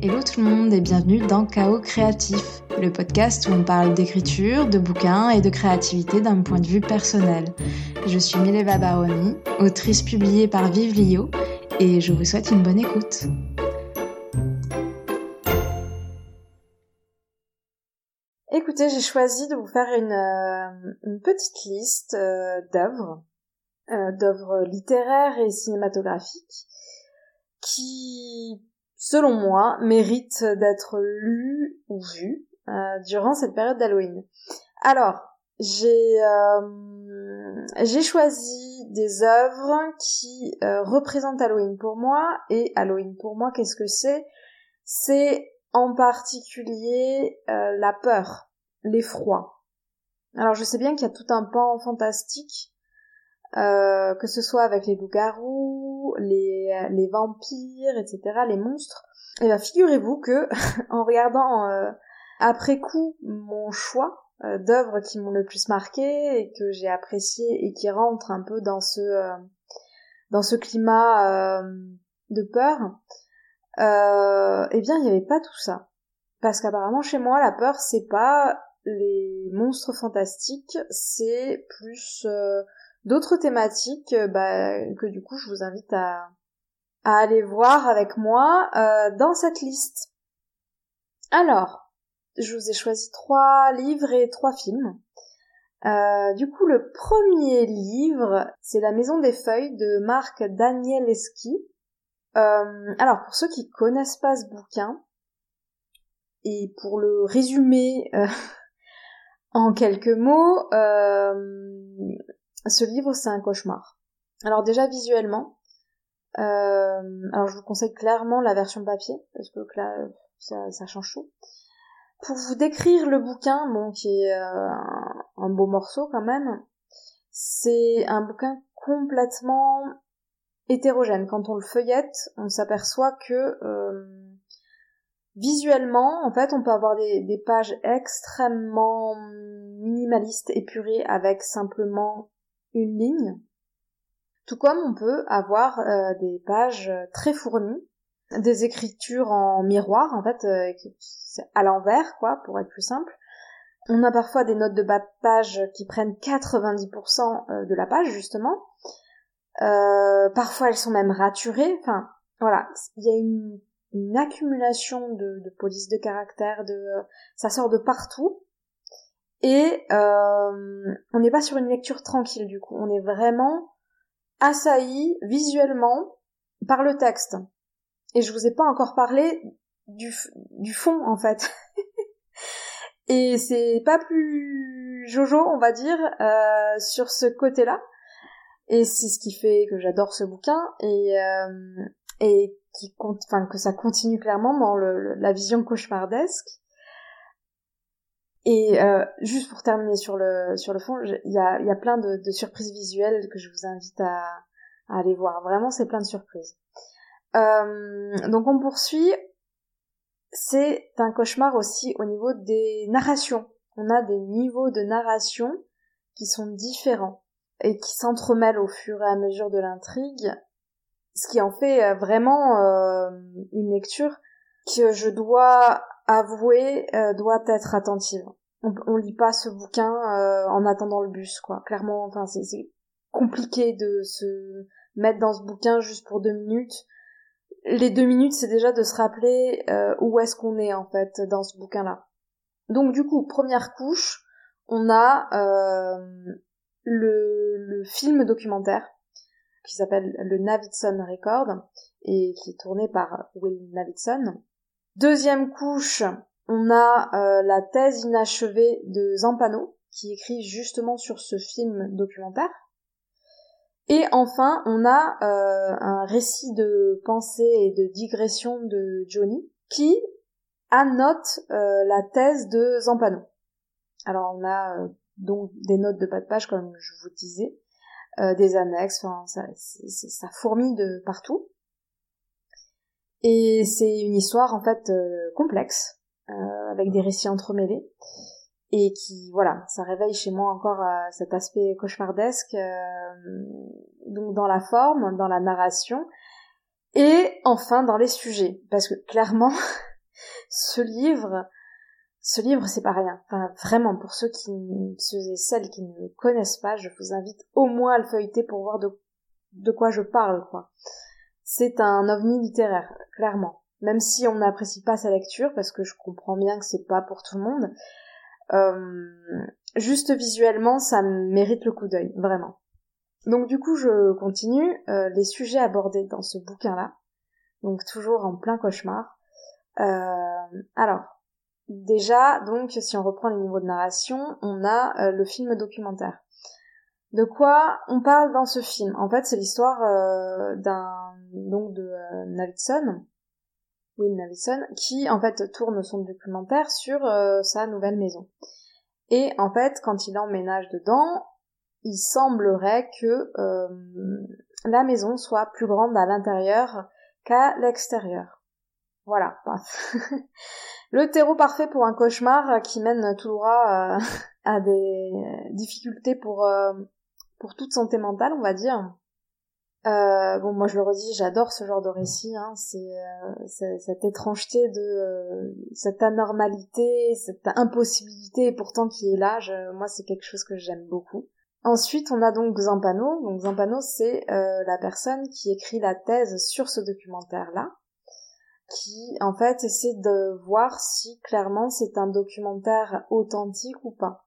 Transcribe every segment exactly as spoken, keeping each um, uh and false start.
Hello tout le monde et bienvenue dans Chaos Créatif, le podcast où on parle d'écriture, de bouquins et de créativité d'un point de vue personnel. Je suis Mileva Baroni, autrice publiée par Vive-Lio et je vous souhaite une bonne écoute. Écoutez, j'ai choisi de vous faire une, euh, une petite liste euh, d'œuvres, euh, d'œuvres littéraires et cinématographiques qui, selon moi, méritent d'être lues ou vues euh, durant cette période d'Halloween. Alors, j'ai euh, j'ai choisi des œuvres qui euh, représentent Halloween pour moi, et Halloween pour moi, qu'est-ce que c'est ? C'est en particulier euh, la peur, l'effroi. Alors je sais bien qu'il y a tout un pan fantastique, euh, que ce soit avec les loups-garous, les, les vampires, et cetera, les monstres. Et bien figurez-vous que, en regardant euh, après coup mon choix euh, d'œuvres qui m'ont le plus marqué et que j'ai apprécié et qui rentrent un peu dans ce, euh, dans ce climat euh, de peur, Euh, eh bien, il n'y avait pas tout ça. Parce qu'apparemment, chez moi, la peur, c'est pas les monstres fantastiques, c'est plus euh, d'autres thématiques euh, bah, que du coup, je vous invite à, à aller voir avec moi euh, dans cette liste. Alors, je vous ai choisi trois livres et trois films. Euh, du coup, le premier livre, c'est La Maison des Feuilles de Marc Danielewski. Euh, alors, pour ceux qui connaissent pas ce bouquin, et pour le résumer euh, en quelques mots, euh, ce livre, c'est un cauchemar. Alors déjà, visuellement, euh, alors je vous conseille clairement la version papier, parce que là, ça, ça change tout. Pour vous décrire le bouquin, bon, qui est euh, un, un beau morceau quand même, c'est un bouquin complètement hétérogène. Quand on le feuillette, on s'aperçoit que euh, visuellement, en fait, on peut avoir des, des pages extrêmement minimalistes, épurées, avec simplement une ligne. Tout comme on peut avoir euh, des pages très fournies, des écritures en miroir, en fait, euh, c'est à l'envers, quoi, pour être plus simple. On a parfois des notes de bas de page qui prennent quatre-vingt-dix pour cent de la page, justement. Euh, parfois elles sont même raturées, enfin voilà, il y a une, une accumulation de, de police de caractère, de ça sort de partout, et euh, on n'est pas sur une lecture tranquille du coup, on est vraiment assailli visuellement par le texte, et je vous ai pas encore parlé du, du fond en fait, et c'est pas plus jojo on va dire euh, sur ce côté-là. Et c'est ce qui fait que j'adore ce bouquin et euh, et qui compte, enfin que ça continue clairement dans le, le, la vision cauchemardesque. Et euh, juste pour terminer sur le sur le fond, il y a il y a plein de, de surprises visuelles que je vous invite à, à aller voir. Vraiment, c'est plein de surprises. Euh, donc on poursuit. C'est un cauchemar aussi au niveau des narrations. On a des niveaux de narration qui sont différents et qui s'entremêlent au fur et à mesure de l'intrigue, ce qui en fait vraiment euh, une lecture que je dois avouer euh, doit être attentive. On, on lit pas ce bouquin euh, en attendant le bus, quoi. Clairement, enfin c'est, c'est compliqué de se mettre dans ce bouquin juste pour deux minutes. Les deux minutes, c'est déjà de se rappeler euh, où est-ce qu'on est en fait dans ce bouquin-là. Donc du coup, première couche, on a euh, Le, le film documentaire qui s'appelle le Navidson Record et qui est tourné par Will Navidson. Deuxième couche, on a euh, la thèse inachevée de Zampano qui écrit justement sur ce film documentaire. Et enfin, on a euh, un récit de pensée et de digression de Johnny qui annote euh, la thèse de Zampano. Alors on a euh, donc des notes de bas de page comme je vous disais, euh, des annexes, enfin ça, c'est, c'est, ça fourmille de partout. Et c'est une histoire en fait euh, complexe, euh, avec des récits entremêlés, et qui, voilà, ça réveille chez moi encore euh, cet aspect cauchemardesque, euh, donc dans la forme, dans la narration, et enfin dans les sujets, parce que clairement, ce livre, ce livre c'est pas rien. Enfin, vraiment, pour ceux qui, ceux et celles qui ne le connaissent pas, je vous invite au moins à le feuilleter pour voir de, de quoi je parle, quoi. C'est un ovni littéraire, clairement. Même si on n'apprécie pas sa lecture, parce que je comprends bien que c'est pas pour tout le monde, euh, juste visuellement, ça mérite le coup d'œil, vraiment. Donc du coup, je continue. Euh, les sujets abordés dans ce bouquin-là, donc toujours en plein cauchemar. Euh, alors, déjà, donc, si on reprend les niveaux de narration, on a euh, le film documentaire. De quoi on parle dans ce film? En fait, c'est l'histoire euh, d'un donc de euh, Navidson, Will Navidson, qui en fait tourne son documentaire sur euh, sa nouvelle maison. Et en fait, quand il emménage dedans, il semblerait que euh, la maison soit plus grande à l'intérieur qu'à l'extérieur. Voilà, bref. Le terreau parfait pour un cauchemar qui mène tout droit euh, à des difficultés pour euh, pour toute santé mentale, on va dire. Euh, bon, moi je le redis, j'adore ce genre de récit, hein. C'est, euh, c'est cette étrangeté de euh, cette anormalité, cette impossibilité, et pourtant qui est là. Je, moi, c'est quelque chose que j'aime beaucoup. Ensuite, on a donc Zampano. Donc Zampano, c'est euh, la personne qui écrit la thèse sur ce documentaire-là, qui en fait essaie de voir si clairement c'est un documentaire authentique ou pas.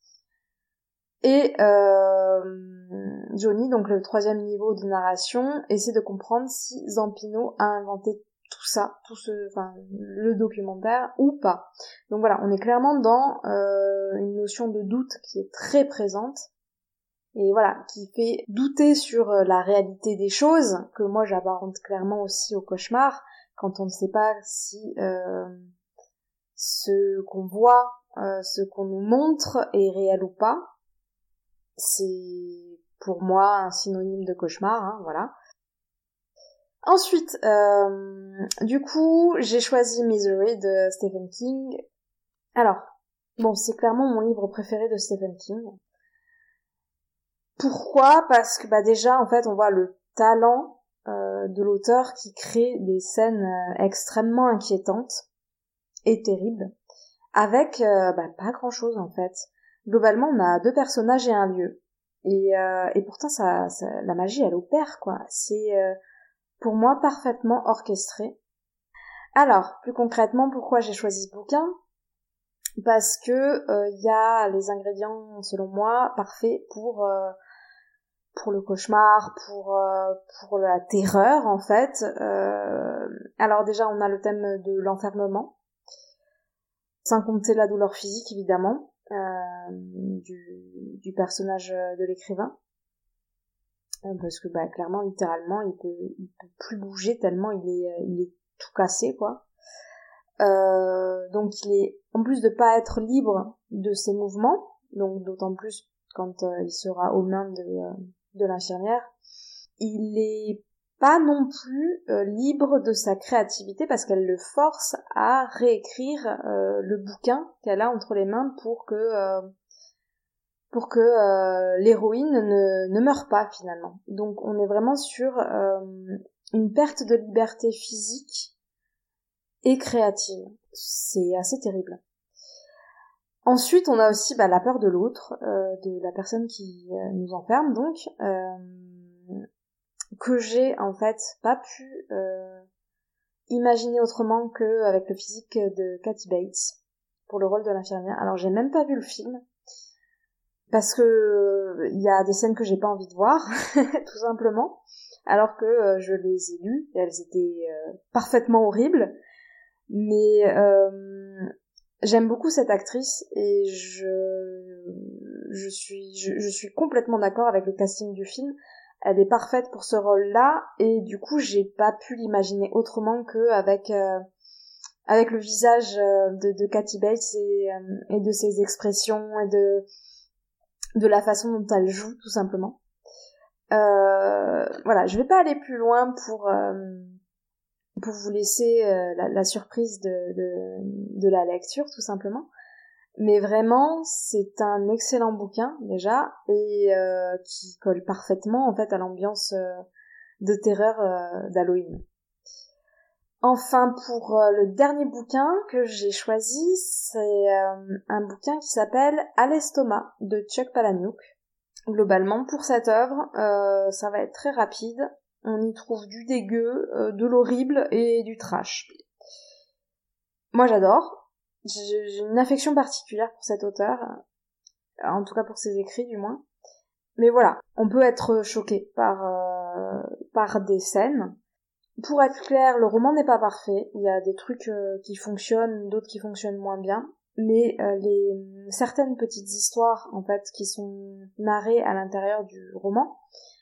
Et euh, Johnny, donc le troisième niveau de narration, essaie de comprendre si Zampino a inventé tout ça, tout ce, enfin le documentaire ou pas. Donc voilà, on est clairement dans euh, une notion de doute qui est très présente et voilà, qui fait douter sur la réalité des choses, que moi j'apparente clairement aussi au cauchemar, quand on ne sait pas si euh, ce qu'on voit, euh, ce qu'on nous montre est réel ou pas. C'est pour moi un synonyme de cauchemar, hein, voilà. Ensuite, euh, du coup, j'ai choisi Misery de Stephen King. Alors, bon, c'est clairement mon livre préféré de Stephen King. Pourquoi ? Parce que bah déjà, en fait, on voit le talent euh, de l'auteur qui crée des scènes euh, extrêmement inquiétantes et terribles, avec euh, bah, pas grand-chose en fait. Globalement, on a deux personnages et un lieu. Et, euh, et pourtant, ça, ça, la magie, elle opère, quoi. C'est, euh, pour moi, parfaitement orchestré. Alors, plus concrètement, pourquoi j'ai choisi ce bouquin ? Parce que euh, y a les ingrédients, selon moi, parfaits pour euh, pour le cauchemar, pour euh, pour la terreur, en fait. Euh, alors déjà, on a le thème de l'enfermement, sans compter la douleur physique, évidemment. Euh, du, du personnage de l'écrivain, euh, parce que bah clairement littéralement il peut il peut plus bouger tellement il est il est tout cassé, quoi. Euh, donc il est, en plus de pas être libre de ses mouvements, donc d'autant plus quand euh, il sera aux mains de euh, de l'infirmière, il est pas non plus euh, libre de sa créativité parce qu'elle le force à réécrire euh, le bouquin qu'elle a entre les mains pour que euh, pour que euh, l'héroïne ne, ne meure pas finalement. Donc on est vraiment sur euh, une perte de liberté physique et créative. C'est assez terrible. Ensuite, on a aussi bah, la peur de l'autre, euh, de la personne qui euh, nous enferme, donc euh, que j'ai en fait pas pu euh, imaginer autrement qu'avec le physique de Kathy Bates pour le rôle de l'infirmière. Alors j'ai même pas vu le film parce que il y a des scènes que j'ai pas envie de voir, tout simplement, alors que euh, je les ai lues et elles étaient euh, parfaitement horribles. Mais euh, j'aime beaucoup cette actrice et je je suis je, je suis complètement d'accord avec le casting du film. Elle est parfaite pour ce rôle-là et du coup j'ai pas pu l'imaginer autrement que avec euh, avec le visage de, de Kathy Bates et, euh, et de ses expressions et de de la façon dont elle joue, tout simplement. Euh, voilà, je vais pas aller plus loin pour euh, pour vous laisser euh, la, la surprise de, de de la lecture, tout simplement. Mais vraiment, c'est un excellent bouquin déjà et euh, qui colle parfaitement en fait à l'ambiance euh, de terreur euh, d'Halloween. Enfin, pour euh, le dernier bouquin que j'ai choisi, c'est euh, un bouquin qui s'appelle À l'estomac de Chuck Palahniuk. Globalement, pour cette œuvre, euh, ça va être très rapide. On y trouve du dégueu, euh, de l'horrible et du trash. Moi, j'adore. J'ai une affection particulière pour cet auteur, en tout cas pour ses écrits, du moins. Mais voilà, on peut être choqué par euh, par des scènes. Pour être clair, le roman n'est pas parfait. Il y a des trucs euh, qui fonctionnent, d'autres qui fonctionnent moins bien. Mais euh, les certaines petites histoires, en fait, qui sont narrées à l'intérieur du roman,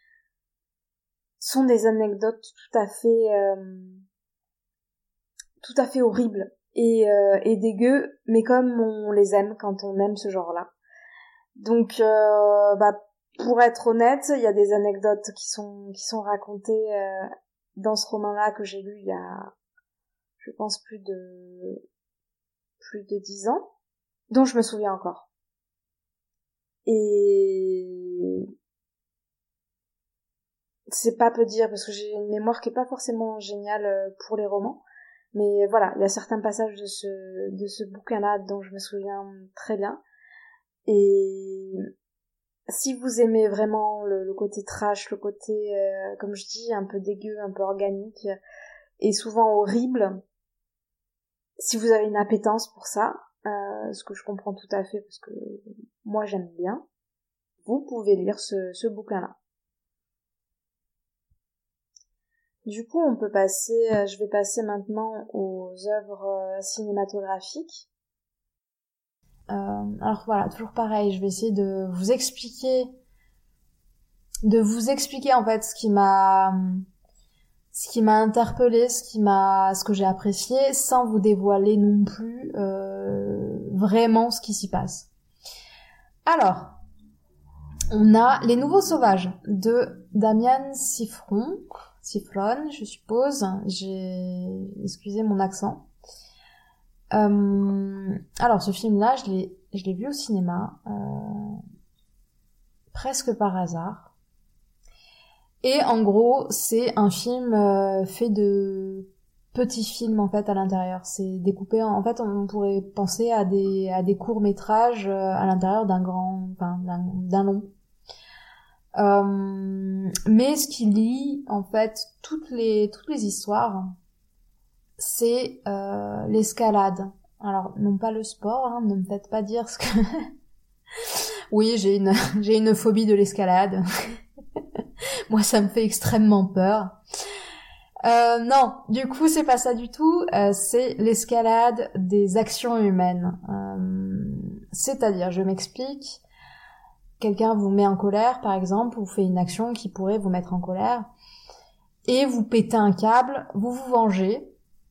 sont des anecdotes tout à fait, euh, tout à fait horribles et, euh, et dégueu, mais comme on les aime quand on aime ce genre-là. Donc, euh, bah, pour être honnête, il y a des anecdotes qui sont qui sont racontées euh, dans ce roman-là que j'ai lu il y a, je pense, plus de plus de dix ans, dont je me souviens encore. Et c'est pas peu dire parce que j'ai une mémoire qui est pas forcément géniale pour les romans, mais voilà, il y a certains passages de ce de ce bouquin-là dont je me souviens très bien. Et si vous aimez vraiment le, le côté trash, le côté, euh, comme je dis, un peu dégueu, un peu organique, et souvent horrible, si vous avez une appétence pour ça, euh, ce que je comprends tout à fait parce que moi j'aime bien, vous pouvez lire ce, ce bouquin-là. Du coup, on peut passer, euh, je vais passer maintenant aux œuvres euh, cinématographiques. Euh, alors voilà, toujours pareil, je vais essayer de vous expliquer, de vous expliquer en fait ce qui m'a, ce qui m'a interpellé, ce qui m'a, ce que j'ai apprécié, sans vous dévoiler non plus euh, vraiment ce qui s'y passe. Alors, on a Les Nouveaux Sauvages de Damian Siffron, Siffron, je suppose. J'ai, excusez mon accent. Euh, alors ce film-là, je l'ai, je l'ai vu au cinéma, euh, presque par hasard. Et en gros, c'est un film euh, fait de petits films en fait à l'intérieur. C'est découpé, en, en fait, on pourrait penser à des à des courts métrages euh, à l'intérieur d'un grand, enfin d'un, d'un long. Euh, mais ce qui lie en fait toutes les toutes les histoires, c'est euh, l'escalade. Alors, non pas le sport, hein, ne me faites pas dire ce que... oui, j'ai une, j'ai une phobie de l'escalade. Moi, ça me fait extrêmement peur. Euh, non, du coup, c'est pas ça du tout. Euh, c'est l'escalade des actions humaines. Euh, c'est-à-dire, je m'explique. Quelqu'un vous met en colère, par exemple, ou fait une action qui pourrait vous mettre en colère, et vous pétez un câble, vous vous vengez,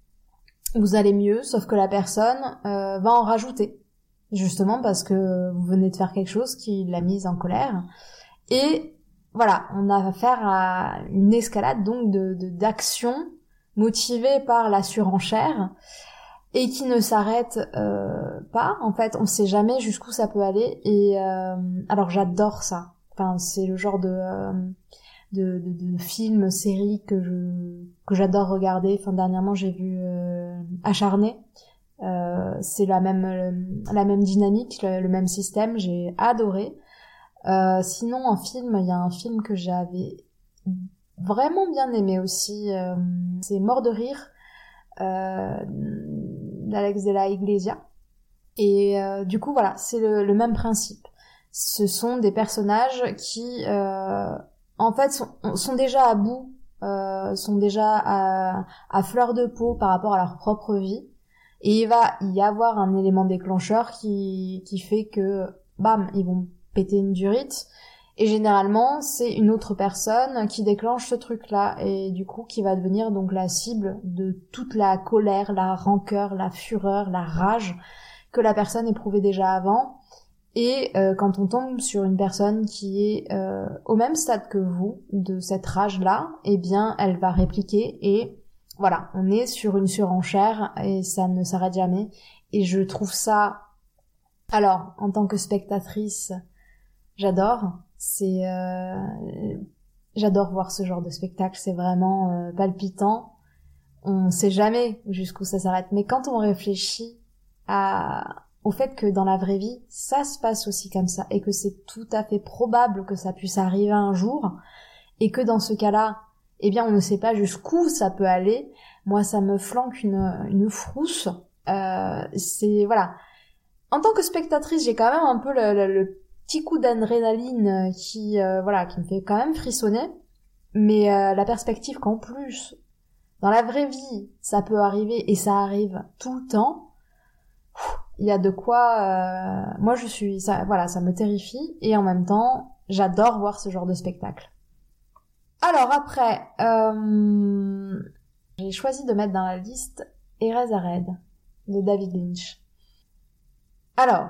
vous allez mieux, sauf que la personne euh, va en rajouter. Justement parce que vous venez de faire quelque chose qui l'a mise en colère. Et voilà, on a affaire à une escalade donc de, de d'actions motivées par la surenchère et qui ne s'arrête euh, pas. En fait, on sait jamais jusqu'où ça peut aller. Et euh, alors j'adore ça. Enfin, c'est le genre de euh, de, de, de films, séries que je que j'adore regarder. Enfin, dernièrement, j'ai vu euh, Acharné. Euh, c'est la même euh, la même dynamique, le, le même système. J'ai adoré. Euh, sinon, en film, il y a un film que j'avais vraiment bien aimé aussi. Euh, c'est Mort de rire euh, d'Alex de la Iglesia. Et euh, du coup, voilà, c'est le, le même principe. Ce sont des personnages qui, euh, en fait, sont, sont déjà à bout, euh, sont déjà à, à fleur de peau par rapport à leur propre vie. Et il va y avoir un élément déclencheur qui, qui fait que, bam, ils vont péter une durite. Et généralement, c'est une autre personne qui déclenche ce truc-là. Et du coup, qui va devenir donc la cible de toute la colère, la rancœur, la fureur, la rage que la personne éprouvait déjà avant. Et euh, quand on tombe sur une personne qui est euh, au même stade que vous, de cette rage-là, eh bien, elle va répliquer et voilà, on est sur une surenchère et ça ne s'arrête jamais. Et je trouve ça... Alors, en tant que spectatrice, j'adore. C'est... Euh... J'adore voir ce genre de spectacle, c'est vraiment euh, palpitant. on sait jamais jusqu'où ça s'arrête. Mais quand on réfléchit à, au fait que dans la vraie vie, ça se passe aussi comme ça, et que c'est tout à fait probable que ça puisse arriver un jour, et que dans ce cas-là, eh bien, on ne sait pas jusqu'où ça peut aller, moi, ça me flanque une, une frousse. Euh, c'est, voilà. En tant que spectatrice, j'ai quand même un peu le, le, le petit coup d'adrénaline qui, euh, voilà, qui me fait quand même frissonner. Mais euh, la perspective qu'en plus, dans la vraie vie, ça peut arriver, et ça arrive tout le temps, il y a de quoi... Euh, moi, je suis... ça, voilà, ça me terrifie, et en même temps, j'adore voir ce genre de spectacle. Alors après, euh, j'ai choisi de mettre dans la liste Eraserhead de David Lynch. Alors,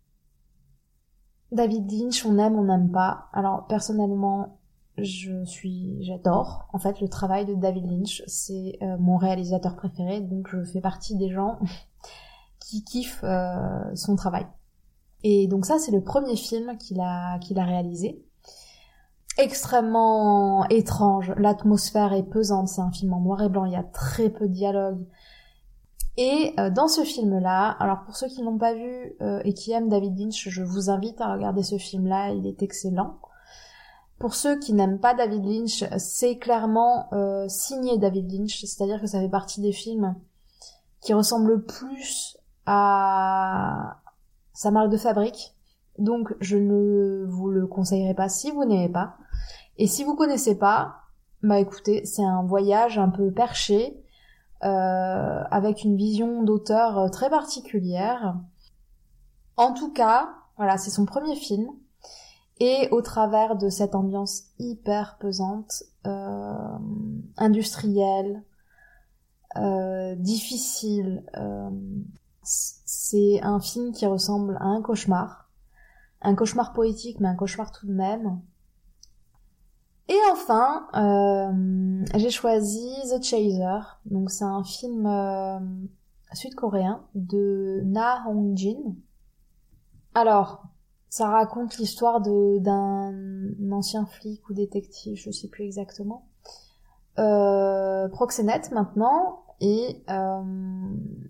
David Lynch, on aime, on n'aime pas. Alors personnellement, je suis, j'adore en fait le travail de David Lynch. C'est euh, mon réalisateur préféré, donc je fais partie des gens qui kiffent euh, son travail. Et donc ça, c'est le premier film qu'il a qu'il a réalisé. Extrêmement étrange, l'atmosphère est pesante, c'est un film en noir et blanc, il y a très peu de dialogue. Et euh, dans ce film-là, alors pour ceux qui l'ont pas vu euh, et qui aiment David Lynch, je vous invite à regarder ce film-là, il est excellent. Pour ceux qui n'aiment pas David Lynch, c'est clairement euh, signé David Lynch, c'est-à-dire que ça fait partie des films qui ressemblent plus à sa marque de fabrique. Donc je ne vous le conseillerais pas si vous n'aimez pas. Et si vous connaissez pas, bah écoutez, c'est un voyage un peu perché, euh, avec une vision d'auteur très particulière. En tout cas, voilà, c'est son premier film. Et au travers de cette ambiance hyper pesante, euh, industrielle, euh, difficile, euh, c'est un film qui ressemble à un cauchemar. Un cauchemar poétique, mais un cauchemar tout de même. Et enfin, euh, j'ai choisi The Chaser. Donc c'est un film euh, sud-coréen de Na Hong-jin. Alors, ça raconte l'histoire de d'un ancien flic ou détective, je sais plus exactement, euh, proxénète maintenant, et euh,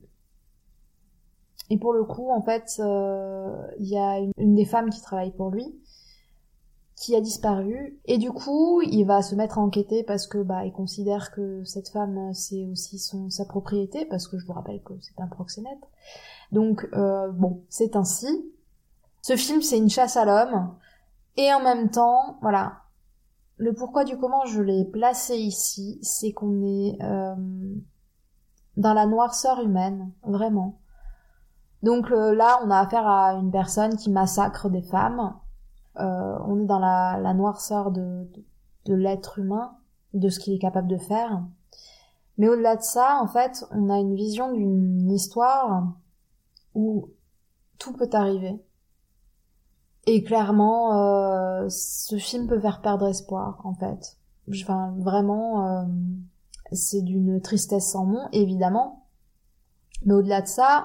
et pour le coup, en fait, il euh, y a une, une des femmes qui travaille pour lui qui a disparu, et du coup, il va se mettre à enquêter parce que bah il considère que cette femme c'est aussi son sa propriété, parce que je vous rappelle que c'est un proxénète. Donc euh, bon, c'est ainsi. Ce film, c'est une chasse à l'homme, et en même temps, voilà, le pourquoi du comment je l'ai placé ici, c'est qu'on est euh, dans la noirceur humaine, vraiment. Donc euh, là, on a affaire à une personne qui massacre des femmes. Euh, on est dans la, la noirceur de, de, de l'être humain, de ce qu'il est capable de faire. Mais au-delà de ça, en fait, on a une vision d'une histoire où tout peut arriver. Et clairement, euh, ce film peut faire perdre espoir, en fait. Enfin, vraiment, euh, c'est d'une tristesse sans nom, évidemment. Mais au-delà de ça,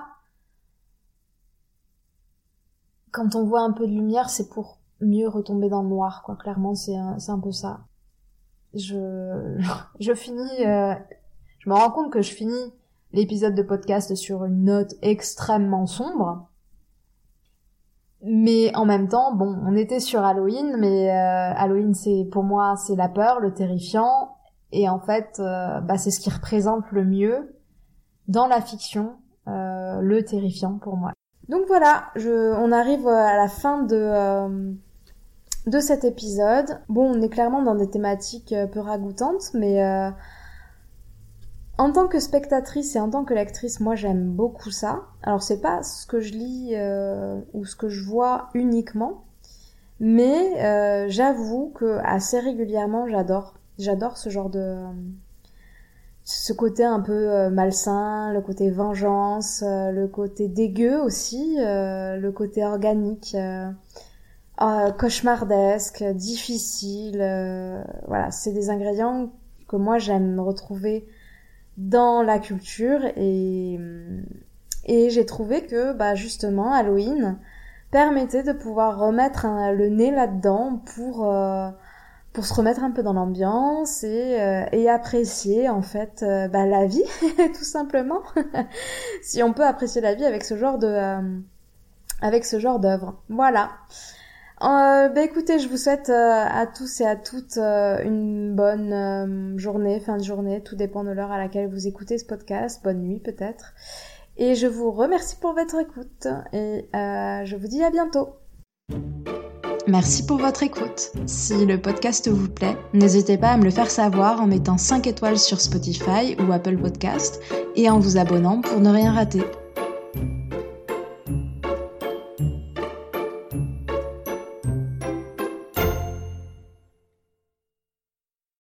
quand on voit un peu de lumière, c'est pour mieux retomber dans le noir, quoi. Clairement, c'est un, c'est un peu ça. Je, je finis, euh, je me rends compte que je finis l'épisode de podcast sur une note extrêmement sombre. Mais en même temps, bon, on était sur Halloween, mais euh, Halloween, c'est pour moi, c'est la peur, le terrifiant, et en fait, euh, bah, c'est ce qui représente le mieux dans la fiction, euh, le terrifiant pour moi. Donc voilà, je, on arrive à la fin de euh, de cet épisode. Bon, on est clairement dans des thématiques peu ragoûtantes, mais euh, en tant que spectatrice et en tant que lectrice, moi j'aime beaucoup ça. Alors c'est pas ce que je lis euh, ou ce que je vois uniquement, mais euh, j'avoue que assez régulièrement j'adore. J'adore ce genre de... ce côté un peu euh, malsain, le côté vengeance, euh, le côté dégueu aussi, euh, le côté organique, euh, euh, cauchemardesque, difficile. Euh, voilà, c'est des ingrédients que moi j'aime retrouver dans la culture, et et j'ai trouvé que bah justement Halloween permettait de pouvoir remettre un, le nez là-dedans pour euh, pour se remettre un peu dans l'ambiance et, euh, et apprécier en fait euh, bah, la vie, tout simplement. Si on peut apprécier la vie avec ce genre de, euh, avec ce genre d'œuvre. Voilà. Euh, bah écoutez, je vous souhaite euh, à tous et à toutes euh, une bonne euh, journée, fin de journée, tout dépend de l'heure à laquelle vous écoutez ce podcast, bonne nuit peut-être. Et je vous remercie pour votre écoute et euh, je vous dis à bientôt. Merci pour votre écoute. Si le podcast vous plaît, n'hésitez pas à me le faire savoir en mettant cinq étoiles sur Spotify ou Apple Podcast et en vous abonnant pour ne rien rater.